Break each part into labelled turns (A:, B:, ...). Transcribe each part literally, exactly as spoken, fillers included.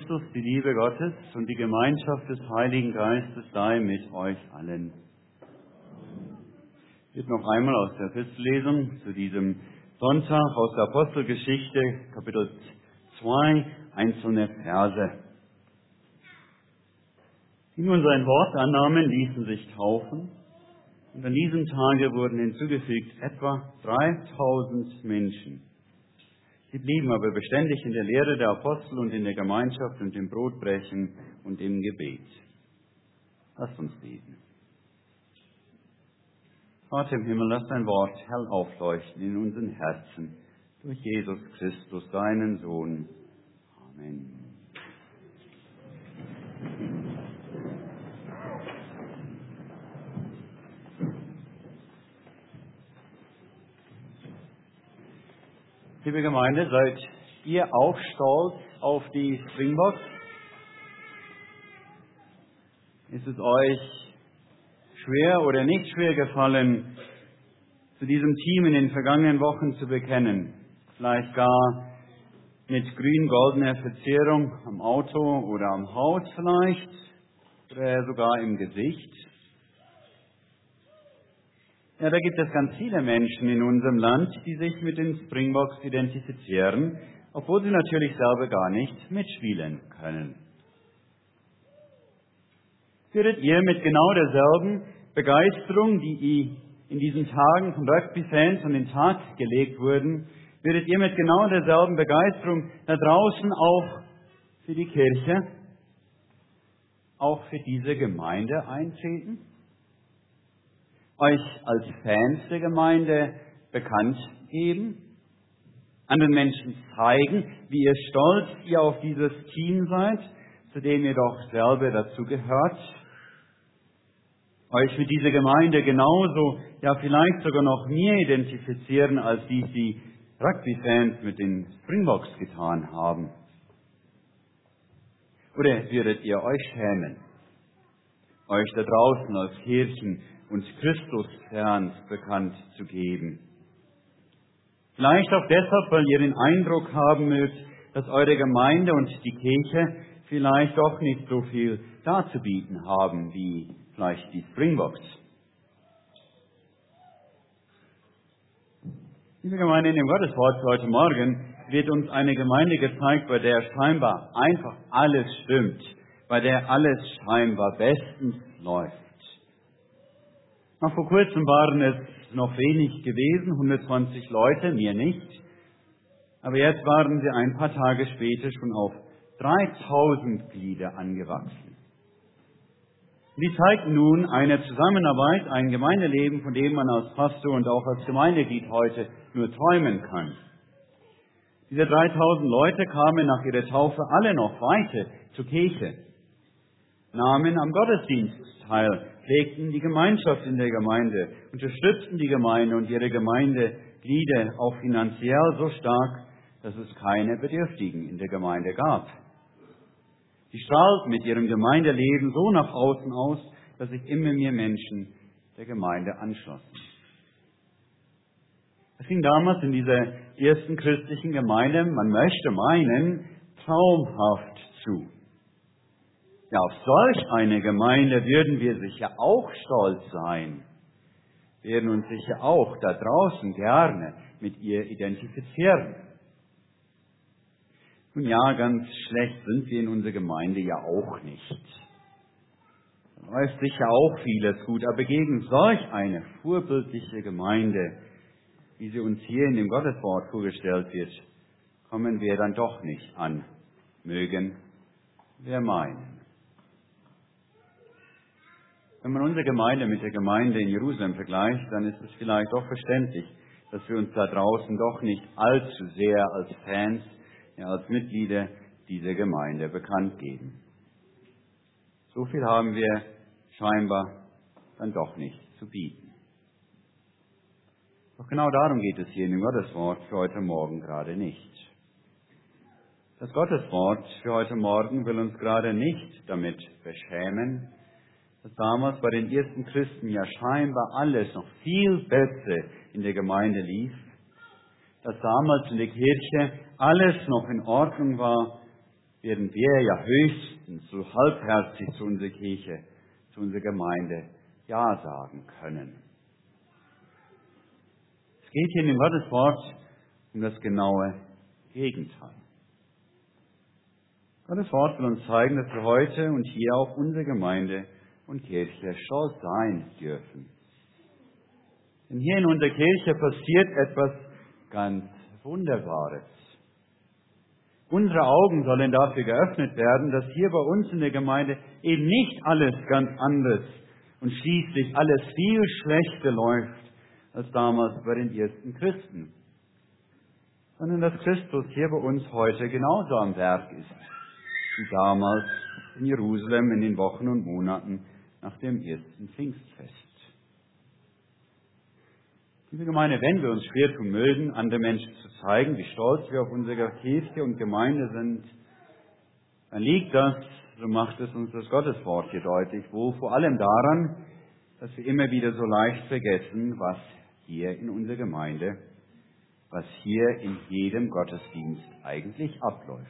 A: Christus, die Liebe Gottes und die Gemeinschaft des Heiligen Geistes sei mit euch allen. Wird noch einmal aus der Epistelesung zu diesem Sonntag aus der Apostelgeschichte, Kapitel zwei, einzelne Verse. Die nun sein Wort annahmen, ließen sich taufen, und an diesem Tage wurden hinzugefügt etwa dreitausend Menschen. Sie blieben aber beständig in der Lehre der Apostel und in der Gemeinschaft und im Brotbrechen und im Gebet. Lasst uns beten. Vater im Himmel, lass dein Wort hell aufleuchten in unseren Herzen durch Jesus Christus, deinen Sohn. Amen. Liebe Gemeinde, seid ihr auch stolz auf die Springboks? Ist es euch schwer oder nicht schwer gefallen, zu diesem Team in den vergangenen Wochen zu bekennen? Vielleicht gar mit grün-goldener Verzierung am Auto oder am Haus vielleicht oder sogar im Gesicht. Ja, da gibt es ganz viele Menschen in unserem Land, die sich mit den Springboks identifizieren, obwohl sie natürlich selber gar nicht mitspielen können. Würdet ihr mit genau derselben Begeisterung, die in diesen Tagen von Rugby-Fans an den Tag gelegt wurden, würdet ihr mit genau derselben Begeisterung da draußen auch für die Kirche, auch für diese Gemeinde eintreten? Euch als Fans der Gemeinde bekannt geben, anderen Menschen zeigen, wie ihr stolz ihr auf dieses Team seid, zu dem ihr doch selber dazu gehört, euch mit dieser Gemeinde genauso, ja vielleicht sogar noch mehr identifizieren, als dies die Rugby-Fans mit den Springboks getan haben. Oder würdet ihr euch schämen, euch da draußen als Kirchen und Christusfans bekannt zu geben? Vielleicht auch deshalb, weil ihr den Eindruck haben mögt, dass eure Gemeinde und die Kirche vielleicht doch nicht so viel darzubieten haben wie vielleicht die Springboks. Liebe Gemeinde, in dem Gotteswort für heute Morgen wird uns eine Gemeinde gezeigt, bei der scheinbar einfach alles stimmt, bei der alles scheinbar bestens läuft. Noch vor kurzem waren es noch wenig gewesen, hundertzwanzig Leute, mir nicht. Aber jetzt waren sie ein paar Tage später schon auf dreitausend Glieder angewachsen. Die zeigten nun eine Zusammenarbeit, ein Gemeindeleben, von dem man als Pastor und auch als Gemeindeglied heute nur träumen kann. Diese dreitausend Leute kamen nach ihrer Taufe alle noch weiter zur Kirche, nahmen am Gottesdienst teil, pflegten die Gemeinschaft in der Gemeinde, unterstützten die Gemeinde und ihre Gemeindeglieder auch finanziell so stark, dass es keine Bedürftigen in der Gemeinde gab. Sie strahlten mit ihrem Gemeindeleben so nach außen aus, dass sich immer mehr Menschen der Gemeinde anschlossen. Es ging damals in dieser ersten christlichen Gemeinde, man möchte meinen, traumhaft zu. Ja, auf solch eine Gemeinde würden wir sicher auch stolz sein, werden uns sicher auch da draußen gerne mit ihr identifizieren. Nun ja, ganz schlecht sind wir in unserer Gemeinde ja auch nicht. Da läuft sicher auch vieles gut, aber gegen solch eine vorbildliche Gemeinde, wie sie uns hier in dem Gotteswort vorgestellt wird, kommen wir dann doch nicht an, mögen wir meinen. Wenn man unsere Gemeinde mit der Gemeinde in Jerusalem vergleicht, dann ist es vielleicht doch verständlich, dass wir uns da draußen doch nicht allzu sehr als Fans, ja als Mitglieder dieser Gemeinde bekannt geben. So viel haben wir scheinbar dann doch nicht zu bieten. Doch genau darum geht es hier in dem Gotteswort für heute Morgen gerade nicht. Das Gotteswort für heute Morgen will uns gerade nicht damit beschämen, dass damals bei den ersten Christen ja scheinbar alles noch viel besser in der Gemeinde lief, dass damals in der Kirche alles noch in Ordnung war werden wir ja höchstens so halbherzig zu unserer Kirche, zu unserer Gemeinde Ja sagen können. Es geht hier in dem Gotteswort um das genaue Gegenteil. Gottes Wort will uns zeigen, dass wir heute und hier auf unsere Gemeinde und Kirche stolz sein dürfen. Denn hier in unserer Kirche passiert etwas ganz Wunderbares. Unsere Augen sollen dafür geöffnet werden, dass hier bei uns in der Gemeinde eben nicht alles ganz anders und schließlich alles viel schlechter läuft als damals bei den ersten Christen, sondern dass Christus hier bei uns heute genauso am Werk ist, wie damals in Jerusalem in den Wochen und Monaten nach dem ersten Pfingstfest. Liebe Gemeinde, wenn wir uns schwer tun mögen, anderen Menschen zu zeigen, wie stolz wir auf unsere Kirche und Gemeinde sind, dann liegt das, so macht es uns das Gotteswort hier deutlich, wo vor allem daran, dass wir immer wieder so leicht vergessen, was hier in unserer Gemeinde, was hier in jedem Gottesdienst eigentlich abläuft.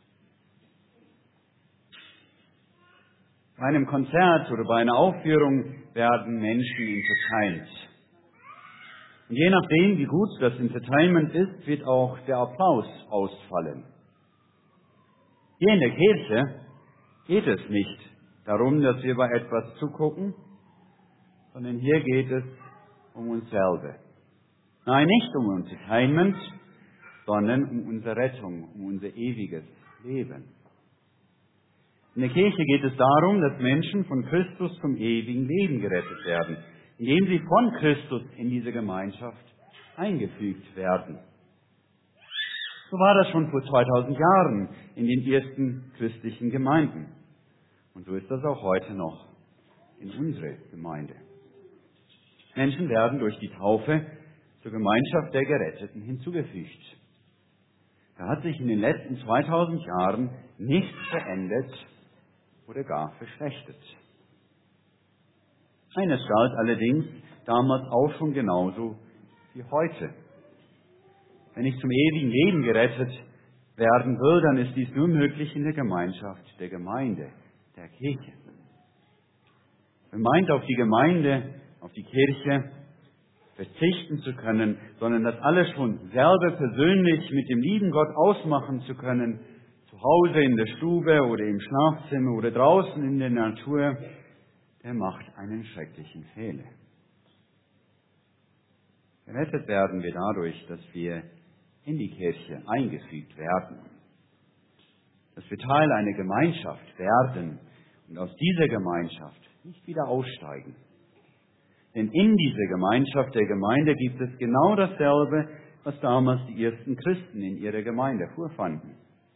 A: Bei einem Konzert oder bei einer Aufführung werden Menschen entertaint. Und je nachdem, wie gut das Entertainment ist, wird auch der Applaus ausfallen. Hier in der Kirche geht es nicht darum, dass wir bei etwas zugucken, sondern hier geht es um uns selber. Nein, nicht um Entertainment, sondern um unsere Rettung, um unser ewiges Leben. In der Kirche geht es darum, dass Menschen von Christus zum ewigen Leben gerettet werden, indem sie von Christus in diese Gemeinschaft eingefügt werden. So war das schon vor zweitausend Jahren in den ersten christlichen Gemeinden. Und so ist das auch heute noch in unserer Gemeinde. Menschen werden durch die Taufe zur Gemeinschaft der Geretteten hinzugefügt. Da hat sich in den letzten zweitausend Jahren nichts verändert oder gar verschlechtert. Eines galt allerdings damals auch schon genauso wie heute. Wenn ich zum ewigen Leben gerettet werden will, dann ist dies nur möglich in der Gemeinschaft der Gemeinde, der Kirche. Man meint auf die Gemeinde, auf die Kirche verzichten zu können, sondern das alles schon selber persönlich mit dem lieben Gott ausmachen zu können, zu Hause in der Stube oder im Schlafzimmer oder draußen in der Natur, der macht einen schrecklichen Fehler. Gerettet werden wir dadurch, dass wir in die Kirche eingefügt werden, dass wir Teil einer Gemeinschaft werden und aus dieser Gemeinschaft nicht wieder aussteigen. Denn in dieser Gemeinschaft der Gemeinde gibt es genau dasselbe, was damals die ersten Christen in ihrer Gemeinde vorfanden.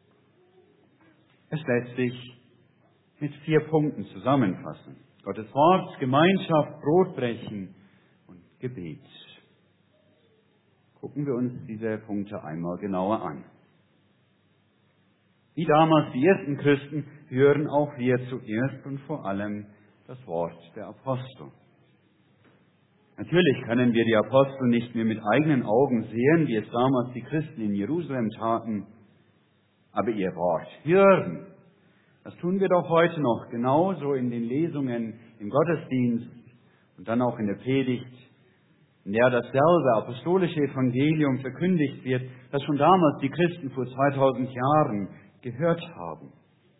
A: Es lässt sich mit vier Punkten zusammenfassen. Gottes Wort, Gemeinschaft, Brotbrechen und Gebet. Gucken wir uns diese Punkte einmal genauer an. Wie damals die ersten Christen hören auch wir zuerst und vor allem das Wort der Apostel. Natürlich können wir die Apostel nicht mehr mit eigenen Augen sehen, wie es damals die Christen in Jerusalem taten, aber ihr Wort hören. Das tun wir doch heute noch, genauso in den Lesungen, im Gottesdienst und dann auch in der Predigt, in der dasselbe apostolische Evangelium verkündigt wird, das schon damals die Christen vor zweitausend Jahren gehört haben.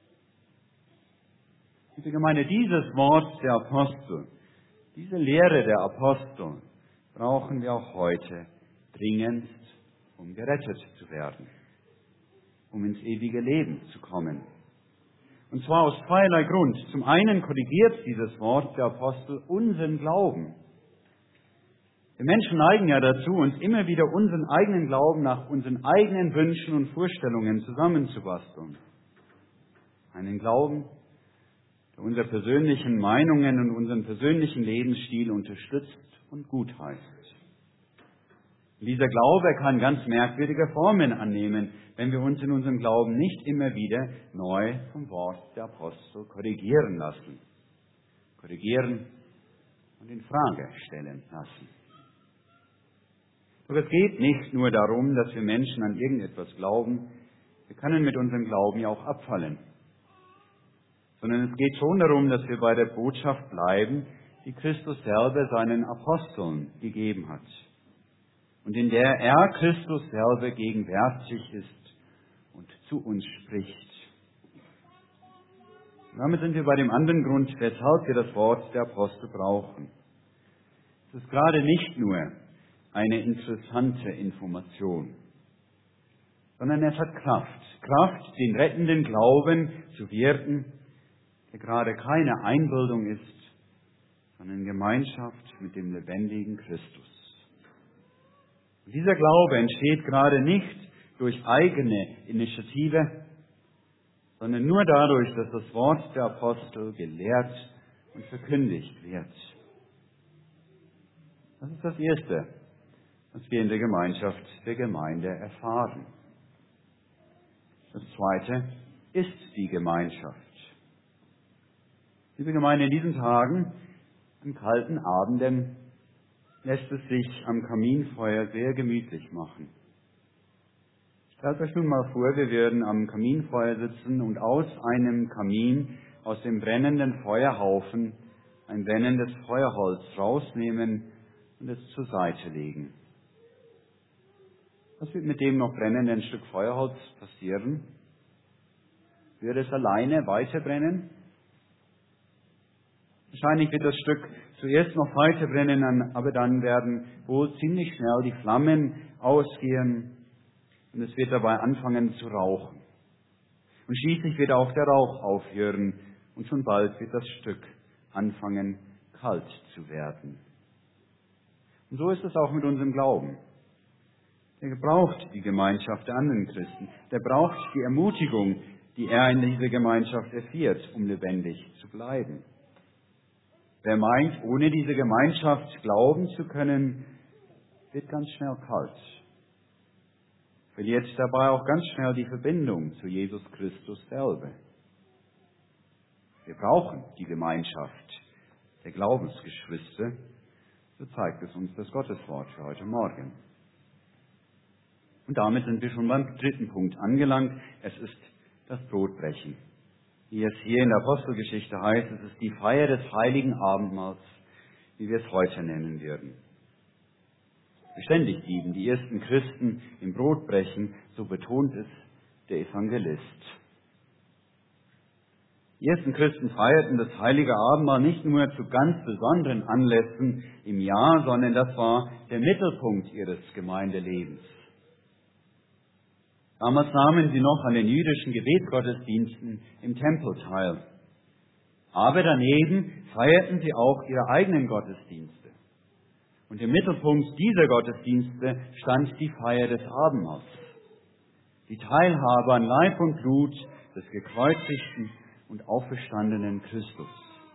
A: Liebe Gemeinde, dieses Wort der Apostel, diese Lehre der Apostel brauchen wir auch heute dringend, um gerettet zu werden, um ins ewige Leben zu kommen. Und zwar aus zweierlei Grund. Zum einen korrigiert dieses Wort der Apostel unseren Glauben. Wir Menschen neigen ja dazu, uns immer wieder unseren eigenen Glauben nach unseren eigenen Wünschen und Vorstellungen zusammenzubasteln. Einen Glauben, der unsere persönlichen Meinungen und unseren persönlichen Lebensstil unterstützt und gutheißt. Dieser Glaube kann ganz merkwürdige Formen annehmen, wenn wir uns in unserem Glauben nicht immer wieder neu vom Wort der Apostel korrigieren lassen. Korrigieren und in Frage stellen lassen. Doch es geht nicht nur darum, dass wir Menschen an irgendetwas glauben. Wir können mit unserem Glauben ja auch abfallen. Sondern es geht schon darum, dass wir bei der Botschaft bleiben, die Christus selber seinen Aposteln gegeben hat. Und in der er, Christus selber, gegenwärtig ist und zu uns spricht. Und damit sind wir bei dem anderen Grund, weshalb wir das Wort der Apostel brauchen. Es ist gerade nicht nur eine interessante Information, sondern es hat Kraft. Kraft, den rettenden Glauben zu wirken, der gerade keine Einbildung ist, sondern Gemeinschaft mit dem lebendigen Christus. Und dieser Glaube entsteht gerade nicht durch eigene Initiative, sondern nur dadurch, dass das Wort der Apostel gelehrt und verkündigt wird. Das ist das Erste, was wir in der Gemeinschaft der Gemeinde erfahren. Das Zweite ist die Gemeinschaft. Liebe Gemeinde, in diesen Tagen, an kalten Abenden, lässt es sich am Kaminfeuer sehr gemütlich machen. Stellt euch nun mal vor, wir würden am Kaminfeuer sitzen und aus einem Kamin, aus dem brennenden Feuerhaufen, ein brennendes Feuerholz rausnehmen und es zur Seite legen. Was wird mit dem noch brennenden Stück Feuerholz passieren? Wird es alleine weiter brennen? Wahrscheinlich wird das Stück zuerst noch weiter brennen, aber dann werden wohl ziemlich schnell die Flammen ausgehen und es wird dabei anfangen zu rauchen. Und schließlich wird auch der Rauch aufhören und schon bald wird das Stück anfangen, kalt zu werden. Und so ist es auch mit unserem Glauben. Der braucht die Gemeinschaft der anderen Christen. Der braucht die Ermutigung, die er in dieser Gemeinschaft erfährt, um lebendig zu bleiben. Wer meint, ohne diese Gemeinschaft glauben zu können, wird ganz schnell kalt. Verliert dabei auch ganz schnell die Verbindung zu Jesus Christus selber. Wir brauchen die Gemeinschaft der Glaubensgeschwister. So zeigt es uns das Gotteswort für heute Morgen. Und damit sind wir schon beim dritten Punkt angelangt. Es ist das Brotbrechen. Wie es hier in der Apostelgeschichte heißt, es ist die Feier des heiligen Abendmahls, wie wir es heute nennen würden. Beständig blieben die ersten Christen im Brotbrechen, so betont es der Evangelist. Die ersten Christen feierten das heilige Abendmahl nicht nur zu ganz besonderen Anlässen im Jahr, sondern das war der Mittelpunkt ihres Gemeindelebens. Damals nahmen sie noch an den jüdischen Gebetsgottesdiensten im Tempel teil. Aber daneben feierten sie auch ihre eigenen Gottesdienste. Und im Mittelpunkt dieser Gottesdienste stand die Feier des Abendmahls. Die Teilhabe an Leib und Blut des gekreuzigten und auferstandenen Christus.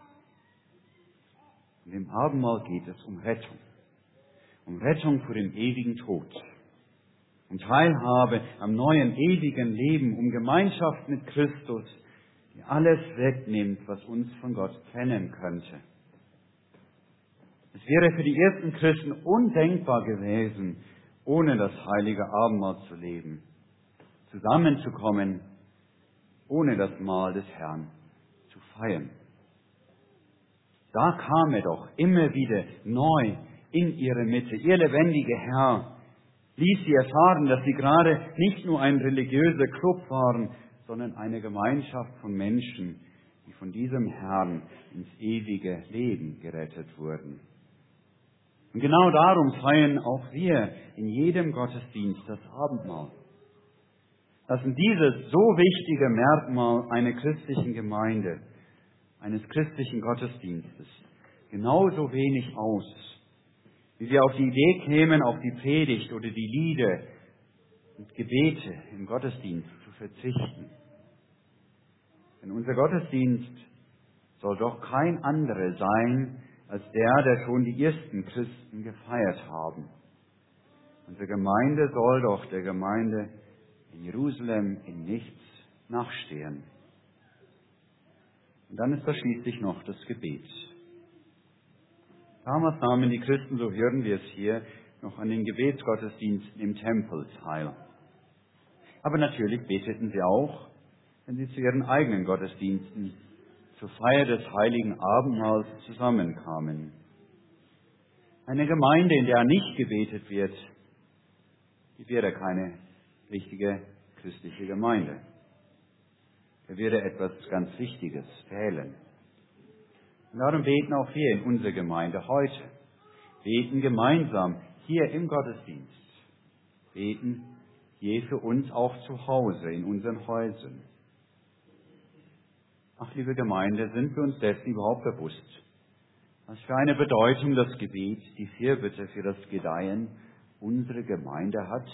A: Und im Abendmahl geht es um Rettung. Um Rettung vor dem ewigen Tod. Um Teilhabe am neuen, ewigen Leben, um Gemeinschaft mit Christus, die alles wegnimmt, was uns von Gott trennen könnte. Es wäre für die ersten Christen undenkbar gewesen, ohne das heilige Abendmahl zu leben, zusammenzukommen, ohne das Mahl des Herrn zu feiern. Da kam er doch immer wieder neu in ihre Mitte, ihr lebendiger Herr, ließ sie erfahren, dass sie gerade nicht nur ein religiöser Club waren, sondern eine Gemeinschaft von Menschen, die von diesem Herrn ins ewige Leben gerettet wurden. Und genau darum feiern auch wir in jedem Gottesdienst das Abendmahl. Lassen dieses so wichtige Merkmal einer christlichen Gemeinde, eines christlichen Gottesdienstes, genauso wenig aus, wie wir auf die Idee kämen, auf die Predigt oder die Lieder und Gebete im Gottesdienst zu verzichten. Denn unser Gottesdienst soll doch kein anderer sein, als der, der schon die ersten Christen gefeiert haben. Unsere Gemeinde soll doch der Gemeinde in Jerusalem in nichts nachstehen. Und dann ist da schließlich noch das Gebet. Damals nahmen die Christen, so hören wir es hier, noch an den Gebetsgottesdiensten im Tempel teil. Aber natürlich beteten sie auch, wenn sie zu ihren eigenen Gottesdiensten zur Feier des heiligen Abendmahls zusammenkamen. Eine Gemeinde, in der nicht gebetet wird, die wäre keine richtige christliche Gemeinde. Da würde etwas ganz Wichtiges fehlen. Und darum beten auch wir in unserer Gemeinde heute. Beten gemeinsam hier im Gottesdienst. Beten je für uns auch zu Hause, in unseren Häusern. Ach, liebe Gemeinde, sind wir uns dessen überhaupt bewusst? Was für eine Bedeutung das Gebet, die Fürbitte für das Gedeihen unserer Gemeinde hat?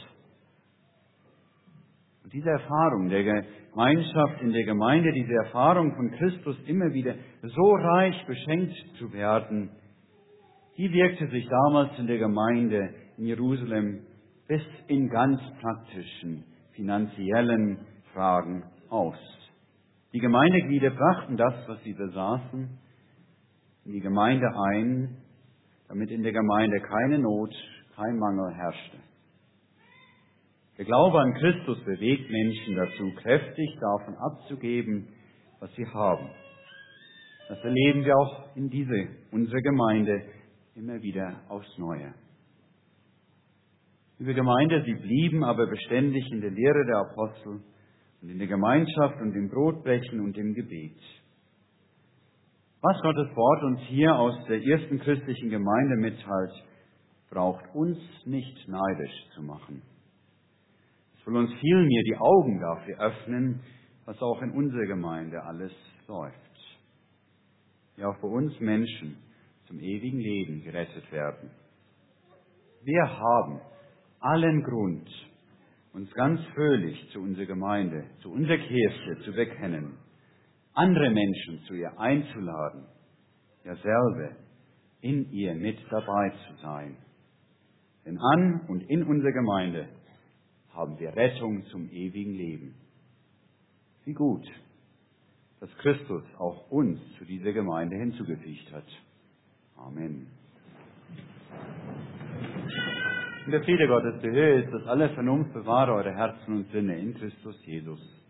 A: Und diese Erfahrung der Gemeinschaft in der Gemeinde, diese Erfahrung von Christus immer wieder so reich beschenkt zu werden, die wirkte sich damals in der Gemeinde in Jerusalem bis in ganz praktischen, finanziellen Fragen aus. Die Gemeindeglieder brachten das, was sie besaßen, in die Gemeinde ein, damit in der Gemeinde keine Not, kein Mangel herrschte. Der Glaube an Christus bewegt Menschen dazu, kräftig davon abzugeben, was sie haben. Das erleben wir auch in dieser, unserer Gemeinde immer wieder aufs Neue. Liebe Gemeinde, sie blieben aber beständig in der Lehre der Apostel und in der Gemeinschaft und im Brotbrechen und im Gebet. Was Gottes Wort uns hier aus der ersten christlichen Gemeinde mitteilt, braucht uns nicht neidisch zu machen. Es will uns vielmehr die Augen dafür öffnen, was auch in unserer Gemeinde alles läuft. Wie auch bei uns Menschen zum ewigen Leben gerettet werden. Wir haben allen Grund, uns ganz fröhlich zu unserer Gemeinde, zu unserer Kirche zu bekennen, andere Menschen zu ihr einzuladen, ja selber in ihr mit dabei zu sein. Denn an und in unserer Gemeinde haben wir Rettung zum ewigen Leben. Wie gut, dass Christus auch uns zu dieser Gemeinde hinzugefügt hat. Amen. Und der Friede Gottes, der Höhe ist, dass alle Vernunft bewahre eure Herzen und Sinne in Christus Jesus.